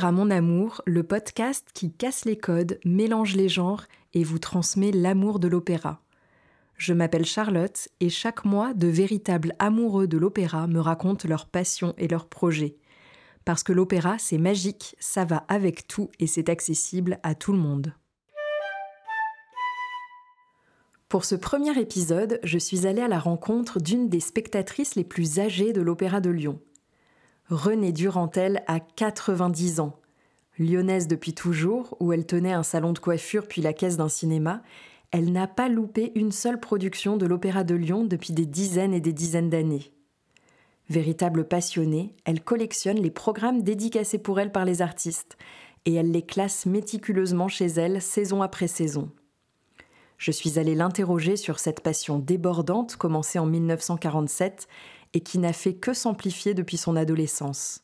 Opéra Mon Amour, le podcast qui casse les codes, mélange les genres et vous transmet l'amour de l'opéra. Je m'appelle Charlotte et chaque mois, de véritables amoureux de l'opéra me racontent leurs passions et leurs projets. Parce que l'opéra, c'est magique, ça va avec tout et c'est accessible à tout le monde. Pour ce premier épisode, je suis allée à la rencontre d'une des spectatrices les plus âgées de l'Opéra de Lyon. Renée Durantel a 90 ans. Lyonnaise depuis toujours, où elle tenait un salon de coiffure puis la caisse d'un cinéma, elle n'a pas loupé une seule production de l'Opéra de Lyon depuis des dizaines et des dizaines d'années. Véritable passionnée, elle collectionne les programmes dédicacés pour elle par les artistes et elle les classe méticuleusement chez elle, saison après saison. Je suis allée l'interroger sur cette passion débordante commencée en 1947 et qui n'a fait que s'amplifier depuis son adolescence.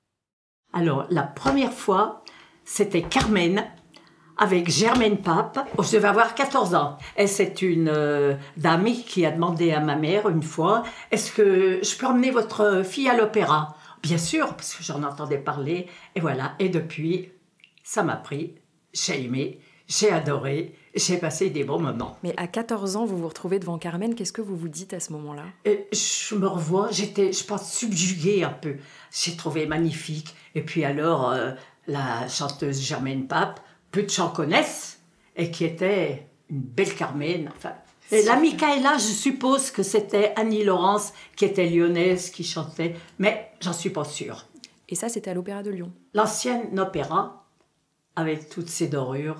Alors, la première fois, c'était Carmen avec Germaine Pape. Je devais avoir 14 ans. Et c'est une dame qui a demandé à ma mère une fois « Est-ce que je peux emmener votre fille à l'opéra ?» Bien sûr, parce que j'en entendais parler. Et voilà. Et depuis, ça m'a pris. J'ai aimé, j'ai adoré. J'ai passé des bons moments. Mais à 14 ans, vous vous retrouvez devant Carmen. Qu'est-ce que vous vous dites à ce moment-là ? Je me revois, j'étais, je pense, subjuguée un peu. J'ai trouvé magnifique. Et puis alors, la chanteuse Germaine Pape, peu de gens connaissent, et qui était une belle Carmen. Enfin, et la Micaëla, je suppose que c'était Annie Laurence, qui était lyonnaise, qui chantait, mais j'en suis pas sûre. Et ça, c'était à l'Opéra de Lyon ? L'ancien opéra, avec toutes ses dorures,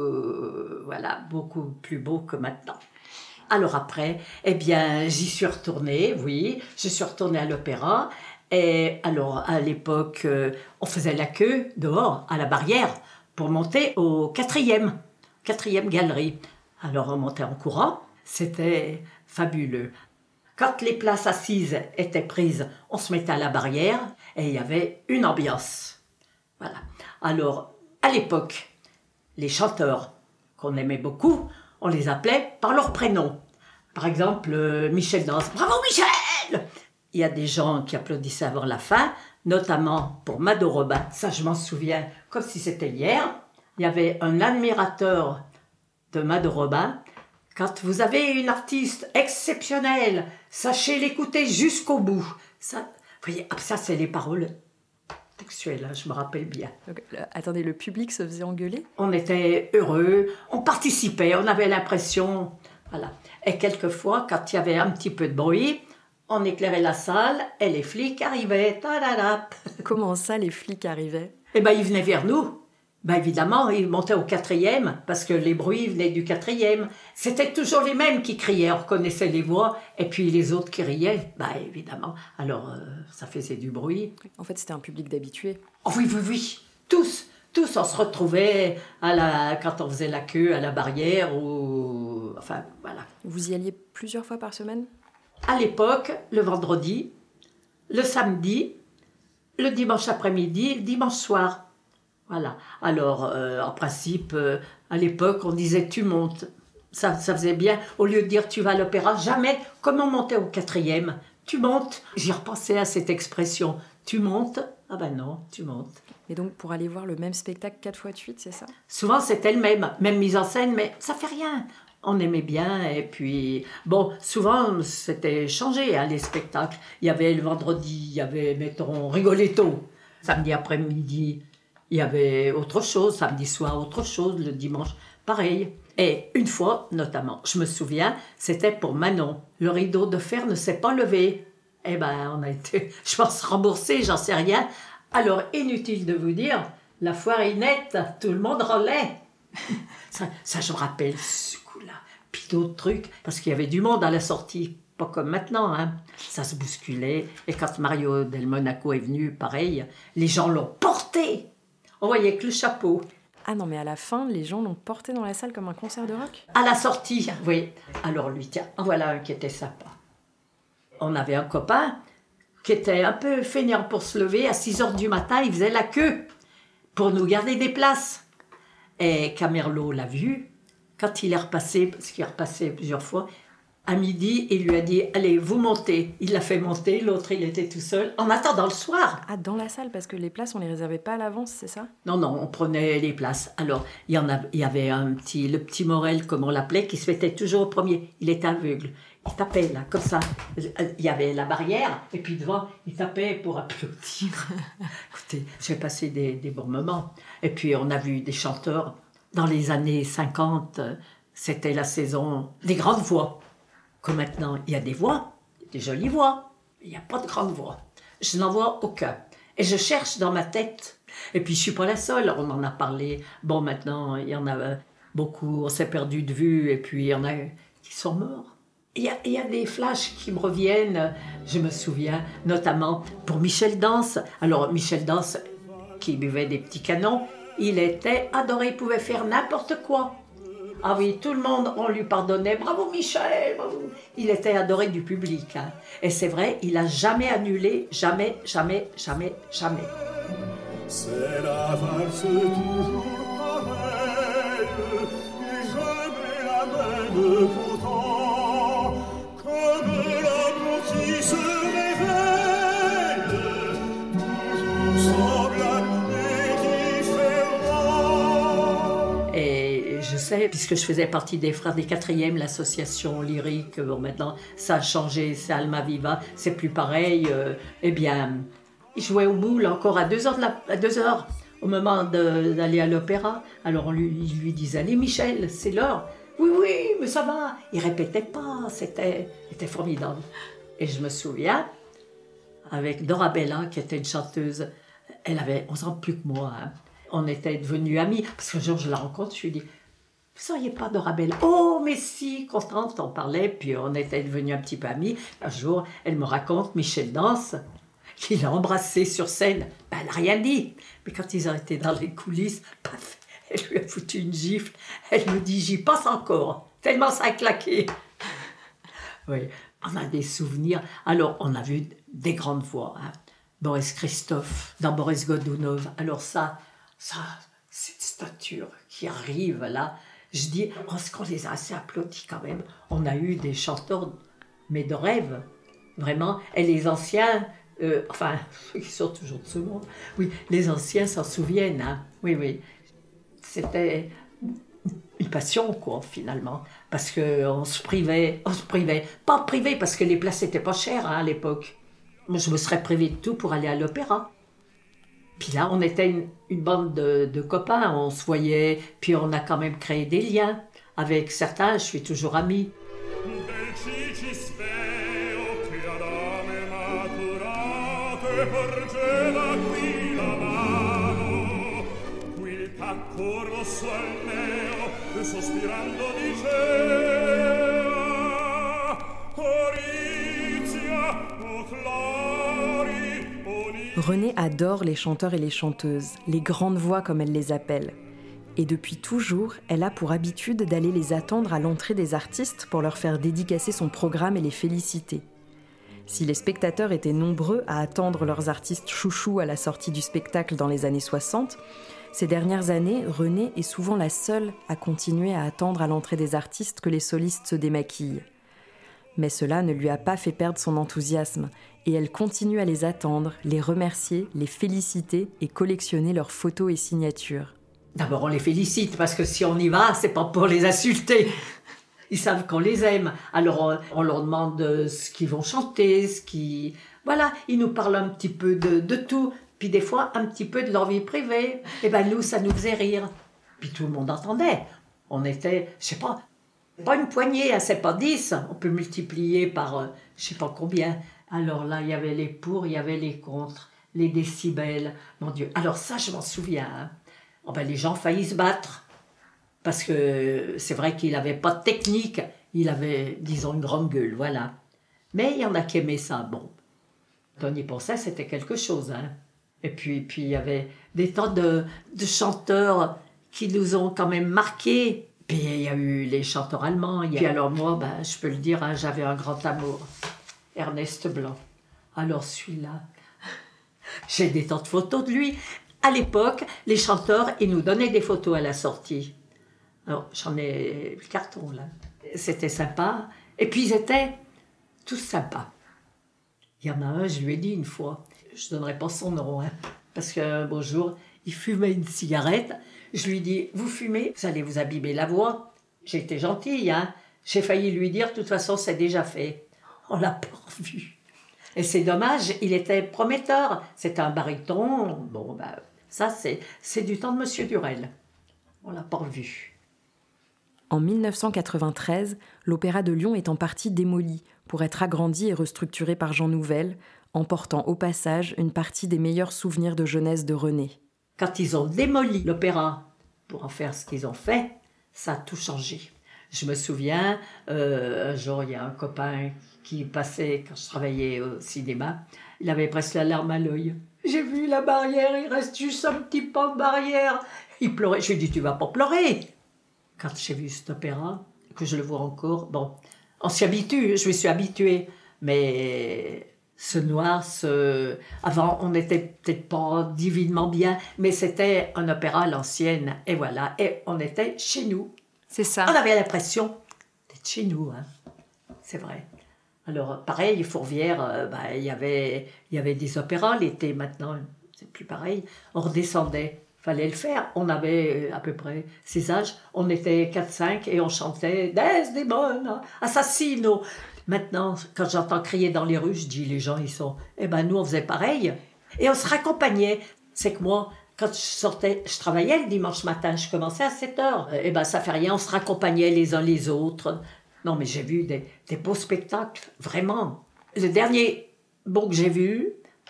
voilà, beaucoup plus beau que maintenant. Alors après, eh bien, j'y suis retournée, oui, je suis retournée à l'opéra. Et alors, à l'époque, on faisait la queue dehors, à la barrière, pour monter au quatrième galerie. Alors, on montait en courant, c'était fabuleux. Quand les places assises étaient prises, on se mettait à la barrière et il y avait une ambiance. Voilà. Alors, à l'époque, les chanteurs qu'on aimait beaucoup, on les appelait par leur prénom. Par exemple, Michel Danse. Bravo Michel! Il y a des gens qui applaudissaient avant la fin, notamment pour Mado Robin. Ça, je m'en souviens comme si c'était hier. Il y avait un admirateur de Mado Robin. Quand vous avez une artiste exceptionnelle, sachez l'écouter jusqu'au bout. Ça, vous voyez, ça c'est les paroles textuelles, hein, je me rappelle bien. Donc, attendez, le public se faisait engueuler ? On était heureux, on participait, on avait l'impression... Voilà. Et quelquefois, quand il y avait un petit peu de bruit, on éclairait la salle et les flics arrivaient. Ta-da-da. Comment ça, les flics arrivaient ? Eh bien, ils venaient vers nous. Ben, évidemment, ils montaient au quatrième parce que les bruits venaient du quatrième. C'était toujours les mêmes qui criaient, on reconnaissait les voix. Et puis les autres qui riaient, ben, évidemment. Alors, ça faisait du bruit. En fait, c'était un public d'habitués. Oh, oui. Tous, on se retrouvait quand on faisait la queue à la barrière ou... Enfin, voilà. Vous y alliez plusieurs fois par semaine ? À l'époque, le vendredi, le samedi, le dimanche après-midi, le dimanche soir. Voilà. Alors, en principe, à l'époque, on disait « tu montes ». Ça faisait bien. Au lieu de dire « tu vas à l'opéra », jamais. Comme on montait au quatrième, « tu montes ». J'y repensais à cette expression « tu montes ». Ah ben non, tu montes. Et donc, pour aller voir le même spectacle 4 fois de suite, c'est ça ? Souvent, c'était le même mise en scène, mais ça fait rien. On aimait bien, et puis... Bon, souvent, c'était changé, hein, les spectacles. Il y avait le vendredi, il y avait, mettons, Rigoletto. Samedi après-midi, il y avait autre chose. Samedi soir, autre chose. Le dimanche, pareil. Et une fois, notamment, je me souviens, c'était pour Manon. Le rideau de fer ne s'est pas levé. Eh ben, on a été, je pense, remboursés, j'en sais rien. Alors, inutile de vous dire, la foirinette, tout le monde râlait. Ça, je me rappelle ce coup-là. Puis d'autres trucs, parce qu'il y avait du monde à la sortie, pas comme maintenant, hein. Ça se bousculait. Et quand Mario Del Monaco est venu, pareil, les gens l'ont porté. On voyait que le chapeau. Ah non, mais à la fin, les gens l'ont porté dans la salle comme un concert de rock ? À la sortie, oui. Alors lui, tiens, en voilà un qui était sympa. On avait un copain qui était un peu feignant pour se lever. À 6h du matin, il faisait la queue pour nous garder des places. Et Camerlo l'a vu. Quand il est repassé, parce qu'il est repassé plusieurs fois, À midi, il lui a dit « Allez, vous montez ». Il l'a fait monter, l'autre, il était tout seul. En attendant le soir. Ah, dans la salle, parce que les places, on les réservait pas à l'avance, c'est ça? Non, on prenait les places. Alors, il y avait le petit Morel, comme on l'appelait, qui se mettait toujours au premier. Il était aveugle. Il tapait là, comme ça. Il y avait la barrière, et puis devant, il tapait pour applaudir. Écoutez, j'ai passé des bons moments. Et puis, on a vu des chanteurs. Dans les années 50, c'était la saison des grandes voix. Comme maintenant, il y a des voix, des jolies voix. Il n'y a pas de grandes voix. Je n'en vois aucun. Et je cherche dans ma tête. Et puis, je ne suis pas la seule. On en a parlé. Bon, maintenant, il y en a beaucoup. On s'est perdu de vue. Et puis, il y en a qui sont morts. Il y a des flashs qui me reviennent. Je me souviens, notamment pour Michel Danse. Alors, Michel Danse, qui buvait des petits canons, il était adoré. Il pouvait faire n'importe quoi. Ah oui, tout le monde, on lui pardonnait. Bravo Michel, bravo. Il était adoré du public. Hein. Et c'est vrai, il n'a jamais annulé, jamais. C'est la valse toujours pareille, et jamais la même pourtant, comme l'amour qui se réveille, toujours semblable et différent. Et je sais, puisque je faisais partie des Frères des Quatrièmes, l'association lyrique, bon maintenant ça a changé, c'est Almaviva, c'est plus pareil, eh bien... Il jouait au moule encore à 2h au moment d'aller à l'opéra. Alors il lui disait « Allez Michel, c'est l'heure ». « Oui, mais ça va ». Il répétait pas, c'était formidable. Et je me souviens, avec Dora Bella, qui était une chanteuse, elle avait 11 ans plus que moi. Hein. On était devenus amis, parce qu'un jour je la rencontre, je lui dis « Vous ne seriez pas Dora Bella ?»« Oh, mais si !» Contente, on parlait, puis on était devenus un petit peu amis. Un jour, elle me raconte Michel Danse, qu'il a embrassé sur scène. Ben, elle n'a rien dit. Mais quand ils ont été dans les coulisses, paf, elle lui a foutu une gifle. Elle me dit, j'y pense encore, tellement ça a claqué. Oui, on a des souvenirs. Alors, on a vu des grandes voix. Hein. Boris Christophe, dans Boris Godunov. Alors ça, cette stature qui arrive là, je dis, est-ce qu'on les a assez applaudis quand même? On a eu des chanteurs, mais de rêve, vraiment. Et les anciens... enfin, ceux qui sont toujours de ce monde, oui, les anciens s'en souviennent, hein. Oui, c'était une passion, quoi, finalement, parce qu'on se privait, pas privé, parce que les places n'étaient pas chères, hein, à l'époque. Moi, je me serais privé de tout pour aller à l'opéra. Puis là, on était une bande de copains, on se voyait, puis on a quand même créé des liens avec certains, je suis toujours amie. Porgeva qui la mano, qui il tacco rosso al neo, sospirando diceva Orizia, o Clari, Renée adore les chanteurs et les chanteuses, les grandes voix comme elle les appelle. Et depuis toujours, elle a pour habitude d'aller les attendre à l'entrée des artistes pour leur faire dédicacer son programme et les féliciter. Si les spectateurs étaient nombreux à attendre leurs artistes chouchous à la sortie du spectacle dans les années 60, ces dernières années, Renée est souvent la seule à continuer à attendre à l'entrée des artistes que les solistes se démaquillent. Mais cela ne lui a pas fait perdre son enthousiasme, et elle continue à les attendre, les remercier, les féliciter et collectionner leurs photos et signatures. D'abord, on les félicite, parce que si on y va, c'est pas pour les insulter. Ils savent qu'on les aime. Alors, on leur demande ce qu'ils vont chanter, Voilà, ils nous parlent un petit peu de tout. Puis des fois, un petit peu de leur vie privée. Et ben nous, ça nous faisait rire. Puis tout le monde entendait. On était, je sais pas une poignée, hein, c'est pas 10. On peut multiplier par je sais pas combien. Alors là, il y avait les pour, il y avait les contre, les décibels. Mon Dieu. Alors ça, je m'en souviens. Hein. Oh ben, les gens failli se battre. Parce que c'est vrai qu'il n'avait pas de technique, il avait, disons, une grande gueule, voilà. Mais il y en a qui aimaient ça, bon. Quand on y pensait, c'était quelque chose, hein. Et puis il y avait des tas de chanteurs qui nous ont quand même marqués. Puis il y a eu les chanteurs allemands. Puis alors moi, je peux le dire, hein, j'avais un grand amour. Ernest Blanc. Alors celui-là, j'ai des tas de photos de lui. À l'époque, les chanteurs, ils nous donnaient des photos à la sortie. Alors, j'en ai le carton, là. C'était sympa. Et puis ils étaient tous sympas. Il y en a un, je lui ai dit une fois, je ne donnerai pas son nom, hein, parce qu'un beau jour, il fumait une cigarette. Je lui dis, vous fumez, vous allez vous abîmer la voix. J'ai été gentille, hein. J'ai failli lui dire, de toute façon, c'est déjà fait. On l'a pas revu. Et c'est dommage, il était prometteur. C'était un baryton. Bon, ben, ça, c'est du temps de Monsieur Durel. On l'a pas revu. En 1993, l'Opéra de Lyon est en partie démoli pour être agrandi et restructuré par Jean Nouvel, emportant au passage une partie des meilleurs souvenirs de jeunesse de René. Quand ils ont démoli l'opéra pour en faire ce qu'ils ont fait, ça a tout changé. Je me souviens, un jour, il y a un copain qui passait, quand je travaillais au cinéma, il avait presque la larme à l'œil. J'ai vu la barrière, il reste juste un petit pan de barrière. Il pleurait. Je lui ai dit, tu vas pas pleurer. Quand j'ai vu cet opéra, que je le vois encore, bon, on s'y habitue, je me suis habituée. Mais ce noir, avant, on n'était peut-être pas divinement bien, mais c'était un opéra à l'ancienne. Et voilà, et on était chez nous. C'est ça. On avait l'impression d'être chez nous, hein. C'est vrai. Alors, pareil, Fourvière, il y avait des opéras l'été. Maintenant, c'est plus pareil. On redescendait. Fallait le faire. On avait à peu près ces âges. On était 4-5 et on chantait « Desdemona, assassino ». Maintenant, quand j'entends crier dans les rues, je dis, les gens, ils sont... Eh ben, nous, on faisait pareil. Et on se raccompagnait. C'est que moi, quand je travaillais le dimanche matin, je commençais à 7h. Eh ben, ça fait rien, on se raccompagnait les uns les autres. Non, mais j'ai vu des beaux spectacles, vraiment. Le dernier beau que j'ai vu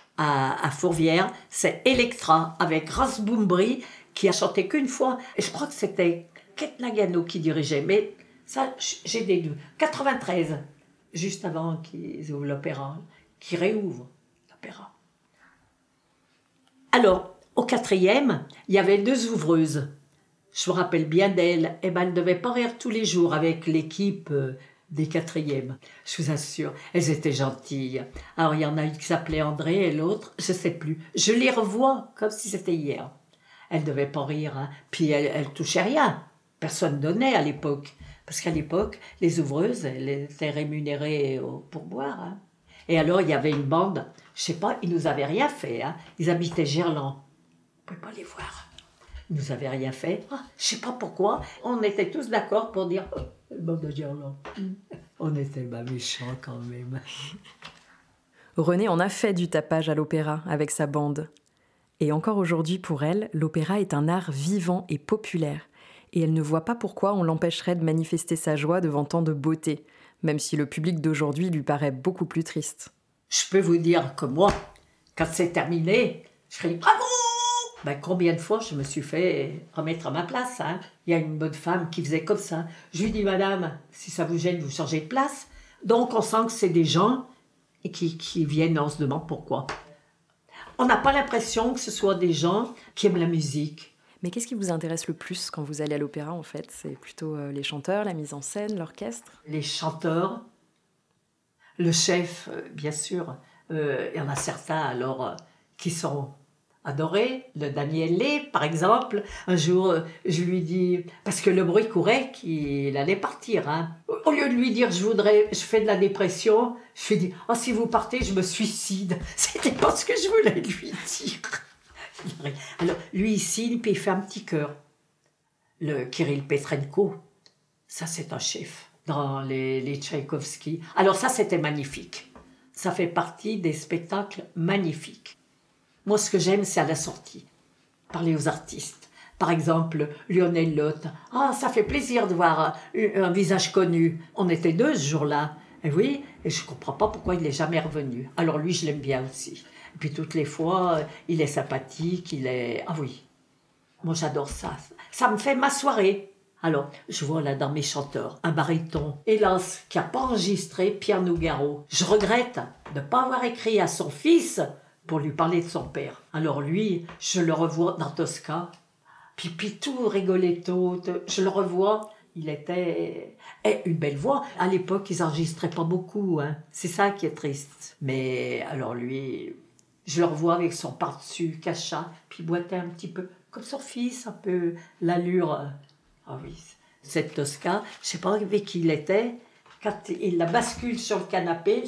à Fourvière, c'est Electra, avec Rasboumbril, qui a chanté qu'une fois. Et je crois que c'était Kate Nagano qui dirigeait. Mais ça, j'ai des doutes. 93, juste avant qu'ils ouvrent l'opéra, qu'ils réouvrent l'opéra. Alors, au 4e, il y avait 2 ouvreuses. Je me rappelle bien d'elles. Eh ben, elles ne devaient pas rire tous les jours avec l'équipe des 4e. Je vous assure, elles étaient gentilles. Alors, il y en a une qui s'appelait André et l'autre, je ne sais plus. Je les revois comme si c'était hier. Elles ne devaient pas rire, hein. Puis elles touchaient rien. Personne ne donnait à l'époque. Parce qu'à l'époque, les ouvreuses, elles étaient rémunérées au pourboire, hein. Et alors, il y avait une bande, je ne sais pas, ils ne nous avaient rien fait, hein. Ils habitaient Gerland. On ne pouvait pas les voir. Ils ne nous avaient rien fait. Ah, je ne sais pas pourquoi. On était tous d'accord pour dire « le bande de Gerland ». On était méchants quand même. René en a fait du tapage à l'opéra avec sa bande. Et encore aujourd'hui, pour elle, l'opéra est un art vivant et populaire. Et elle ne voit pas pourquoi on l'empêcherait de manifester sa joie devant tant de beauté, même si le public d'aujourd'hui lui paraît beaucoup plus triste. Je peux vous dire que moi, quand c'est terminé, je crie « Bravo !» Combien de fois je me suis fait remettre à ma place, hein. Il y a une bonne femme qui faisait comme ça. Je lui dis, madame, si ça vous gêne, vous changez de place. Donc on sent que c'est des gens qui viennent, on se demande pourquoi. On n'a pas l'impression que ce soit des gens qui aiment la musique. Mais qu'est-ce qui vous intéresse le plus quand vous allez à l'opéra, en fait ? C'est plutôt les chanteurs, la mise en scène, l'orchestre ? Les chanteurs, le chef, bien sûr. Il y en a certains, alors, qui sont... adoré, le Daniel Lé, par exemple. Un jour, je lui dis, parce que le bruit courait qu'il allait partir, hein. Au lieu de lui dire, je fais de la dépression, je lui dis, oh, si vous partez, je me suicide. C'était pas ce que je voulais lui dire. Alors, lui, il signe, puis il fait un petit cœur. Le Kirill Petrenko, ça, c'est un chef dans les Tchaïkovski. Alors ça, c'était magnifique. Ça fait partie des spectacles magnifiques. Moi, ce que j'aime, c'est à la sortie, parler aux artistes. Par exemple, Lionel Lotte. Ah, ça fait plaisir de voir un visage connu. On était 2 ce jour-là. Et oui, et je ne comprends pas pourquoi il n'est jamais revenu. Alors lui, je l'aime bien aussi. Et puis toutes les fois, il est sympathique, il est... Ah oui, moi j'adore ça. Ça me fait ma soirée. Alors, je vois là dans mes chanteurs un baryton, hélas, qui n'a pas enregistré Pierre Nougaro. Je regrette de ne pas avoir écrit à son fils... pour lui parler de son père. Alors lui, je le revois dans Tosca, puis tout Rigoletto, je le revois, il était... une belle voix. À l'époque, ils n'enregistraient pas beaucoup, hein. C'est ça qui est triste. Mais alors lui, je le revois avec son par-dessus cacha, puis il boitait un petit peu, comme son fils, un peu l'allure. Ah oui, cette Tosca, je ne sais pas avec qui il était, Quand il la bascule sur le canapé,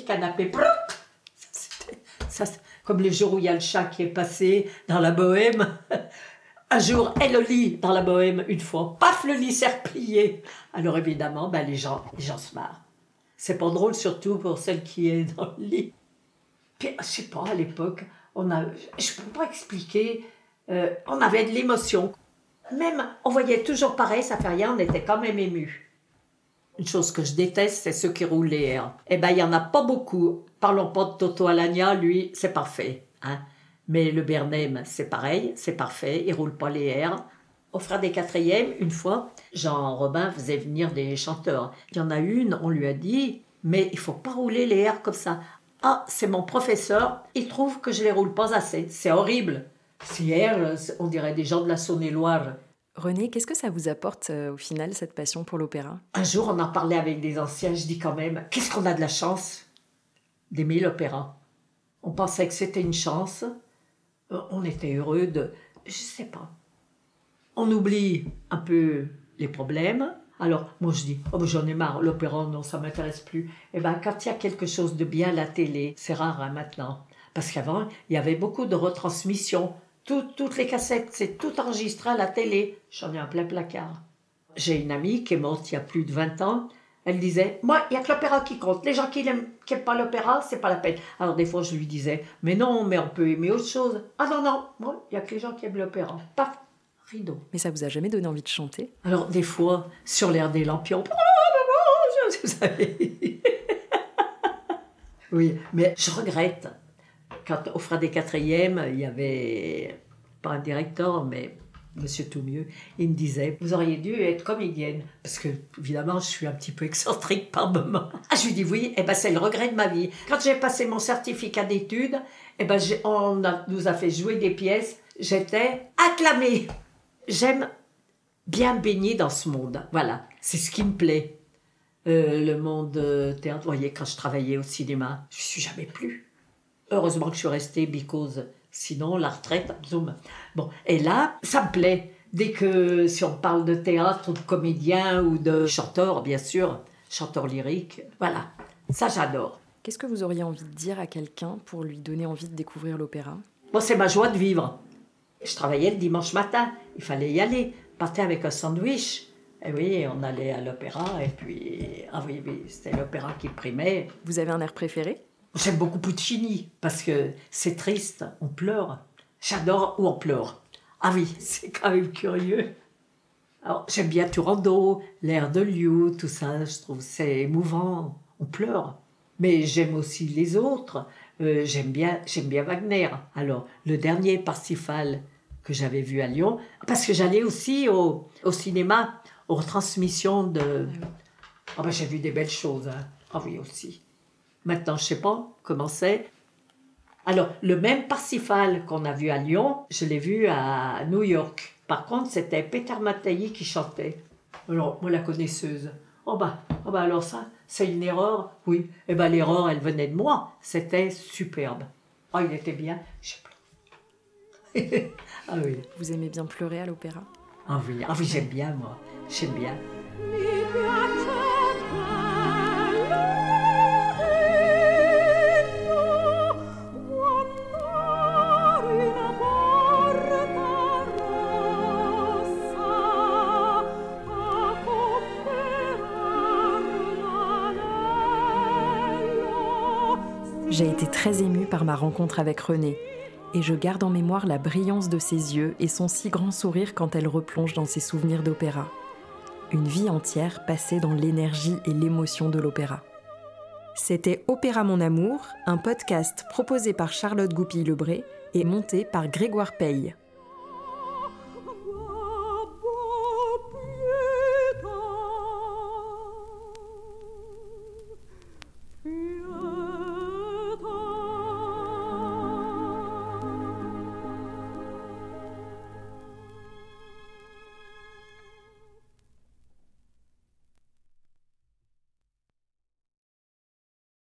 ça, comme le jour où il y a le chat qui est passé dans la bohème. Un jour, elle au lit dans la bohème une fois. Paf, le lit s'est replié. Alors évidemment, les gens se marrent. C'est pas drôle, surtout pour celle qui est dans le lit. Puis, je sais pas, à l'époque, je peux pas expliquer, on avait de l'émotion. Même, on voyait toujours pareil, ça fait rien, on était quand même émus. Une chose que je déteste, c'est ceux qui roulent les airs. Il y en a pas beaucoup. Parlons pas de Toto Alagna, lui, c'est parfait. Hein. Mais le Bernheim, c'est pareil, c'est parfait, il roule pas les airs. Au Frères des Quatrièmes, une fois, Jean Robin faisait venir des chanteurs. Il y en a une, on lui a dit, mais il faut pas rouler les airs comme ça. Ah, c'est mon professeur, il trouve que je les roule pas assez. C'est horrible. Ces airs, on dirait des gens de la Saône-et-Loire. René, qu'est-ce que ça vous apporte au final, cette passion pour l'opéra ? Un jour, on en parlait avec des anciens, je dis quand même, qu'est-ce qu'on a de la chance d'aimer l'opéra. On pensait que c'était une chance, on était heureux de... Je sais pas. On oublie un peu les problèmes. Alors, moi je dis, j'en ai marre, l'opéra, non, ça m'intéresse plus. Quand il y a quelque chose de bien à la télé, c'est rare maintenant. Parce qu'avant, il y avait beaucoup de retransmissions. Toutes les cassettes, c'est tout enregistré à la télé. J'en ai un plein placard. J'ai une amie qui est morte il y a plus de 20 ans. Elle disait, moi, il n'y a que l'opéra qui compte. Les gens qui n'aiment pas l'opéra, c'est pas la peine. Alors des fois, je lui disais, mais non, mais on peut aimer autre chose. Ah non, moi, il n'y a que les gens qui aiment l'opéra. Paf, rideau. Mais ça vous a jamais donné envie de chanter ? Alors des fois, sur l'air des lampions, vous savez. Oui, mais je regrette. Quand au Frères des Quatrièmes, il y avait, pas un directeur, mais Monsieur Toumieux, il me disait, vous auriez dû être comédienne. Parce que, évidemment, je suis un petit peu excentrique par moment. Je lui dis oui, c'est le regret de ma vie. Quand j'ai passé mon certificat d'études, nous a fait jouer des pièces, j'étais acclamée. J'aime bien baigner dans ce monde. Voilà, c'est ce qui me plaît. Le monde théâtre, vous voyez, quand je travaillais au cinéma, je ne suis jamais plus. Heureusement que je suis restée, because sinon, la retraite, zoom. Bon, et là, ça me plaît. Dès que, si on parle de théâtre ou de comédien ou de chanteur, bien sûr, chanteur lyrique, voilà, ça j'adore. Qu'est-ce que vous auriez envie de dire à quelqu'un pour lui donner envie de découvrir l'opéra ? Moi, c'est ma joie de vivre. Je travaillais le dimanche matin, il fallait y aller. Partais avec un sandwich. Et oui, on allait à l'opéra et puis... Ah oui, c'était l'opéra qui primait. Vous avez un air préféré ? J'aime beaucoup Puccini, parce que c'est triste, on pleure. J'adore où on pleure. Ah oui, c'est quand même curieux. Alors, j'aime bien Turandot, l'air de Liu, tout ça, je trouve c'est émouvant, on pleure. Mais j'aime aussi les autres, j'aime bien Wagner. Alors, le dernier Parsifal que j'avais vu à Lyon, parce que j'allais aussi au cinéma, aux retransmissions de... j'ai vu des belles choses, hein. Ah oui, aussi. Maintenant, je ne sais pas comment c'est. Alors, le même Parsifal qu'on a vu à Lyon, je l'ai vu à New York. Par contre, c'était Peter Mattei qui chantait. Alors, moi, la connaisseuse. Alors ça, c'est une erreur. Oui. L'erreur, elle venait de moi. C'était superbe. Il était bien. J'ai pleuré. Ah oui. Vous aimez bien pleurer à l'opéra ? Ah oui, j'aime bien, moi. J'aime bien. J'ai été très émue par ma rencontre avec René, et je garde en mémoire la brillance de ses yeux et son si grand sourire quand elle replonge dans ses souvenirs d'opéra. Une vie entière passée dans l'énergie et l'émotion de l'opéra. C'était Opéra Mon Amour, un podcast proposé par Charlotte Goupil-Lebré et monté par Grégoire Paye.